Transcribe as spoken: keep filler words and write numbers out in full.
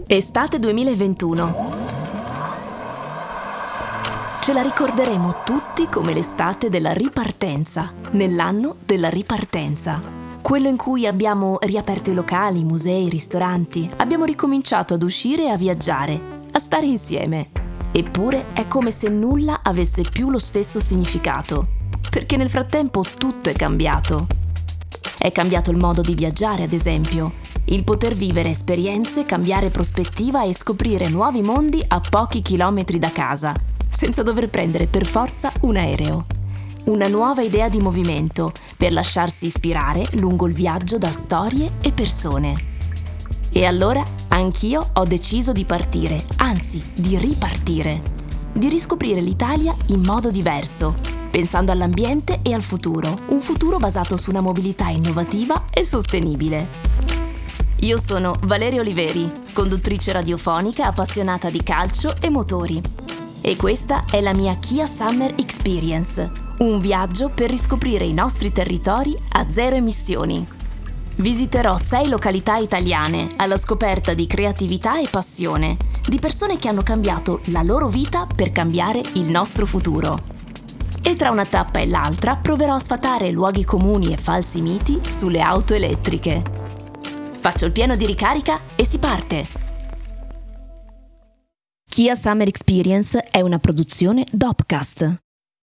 Estate duemilaventuno. Ce la ricorderemo tutti come l'estate della ripartenza, nell'anno della ripartenza. Quello in cui abbiamo riaperto i locali, i musei, i ristoranti, abbiamo ricominciato ad uscire e a viaggiare, a stare insieme. Eppure è come se nulla avesse più lo stesso significato, perché nel frattempo tutto è cambiato. È cambiato il modo di viaggiare, ad esempio, il poter vivere esperienze, cambiare prospettiva e scoprire nuovi mondi a pochi chilometri da casa, senza dover prendere per forza un aereo. Una nuova idea di movimento per lasciarsi ispirare lungo il viaggio da storie e persone. E allora anch'io ho deciso di partire, anzi di ripartire, di riscoprire l'Italia in modo diverso, pensando all'ambiente e al futuro, un futuro basato su una mobilità innovativa e sostenibile. Io sono Valeria Oliveri, conduttrice radiofonica appassionata di calcio e motori. E questa è la mia Kia Summer Experience, un viaggio per riscoprire i nostri territori a zero emissioni. Visiterò sei località italiane alla scoperta di creatività e passione, di persone che hanno cambiato la loro vita per cambiare il nostro futuro. E tra una tappa e l'altra proverò a sfatare luoghi comuni e falsi miti sulle auto elettriche. Faccio il pieno di ricarica e si parte! Kia Summer Experience è una produzione Dopcast.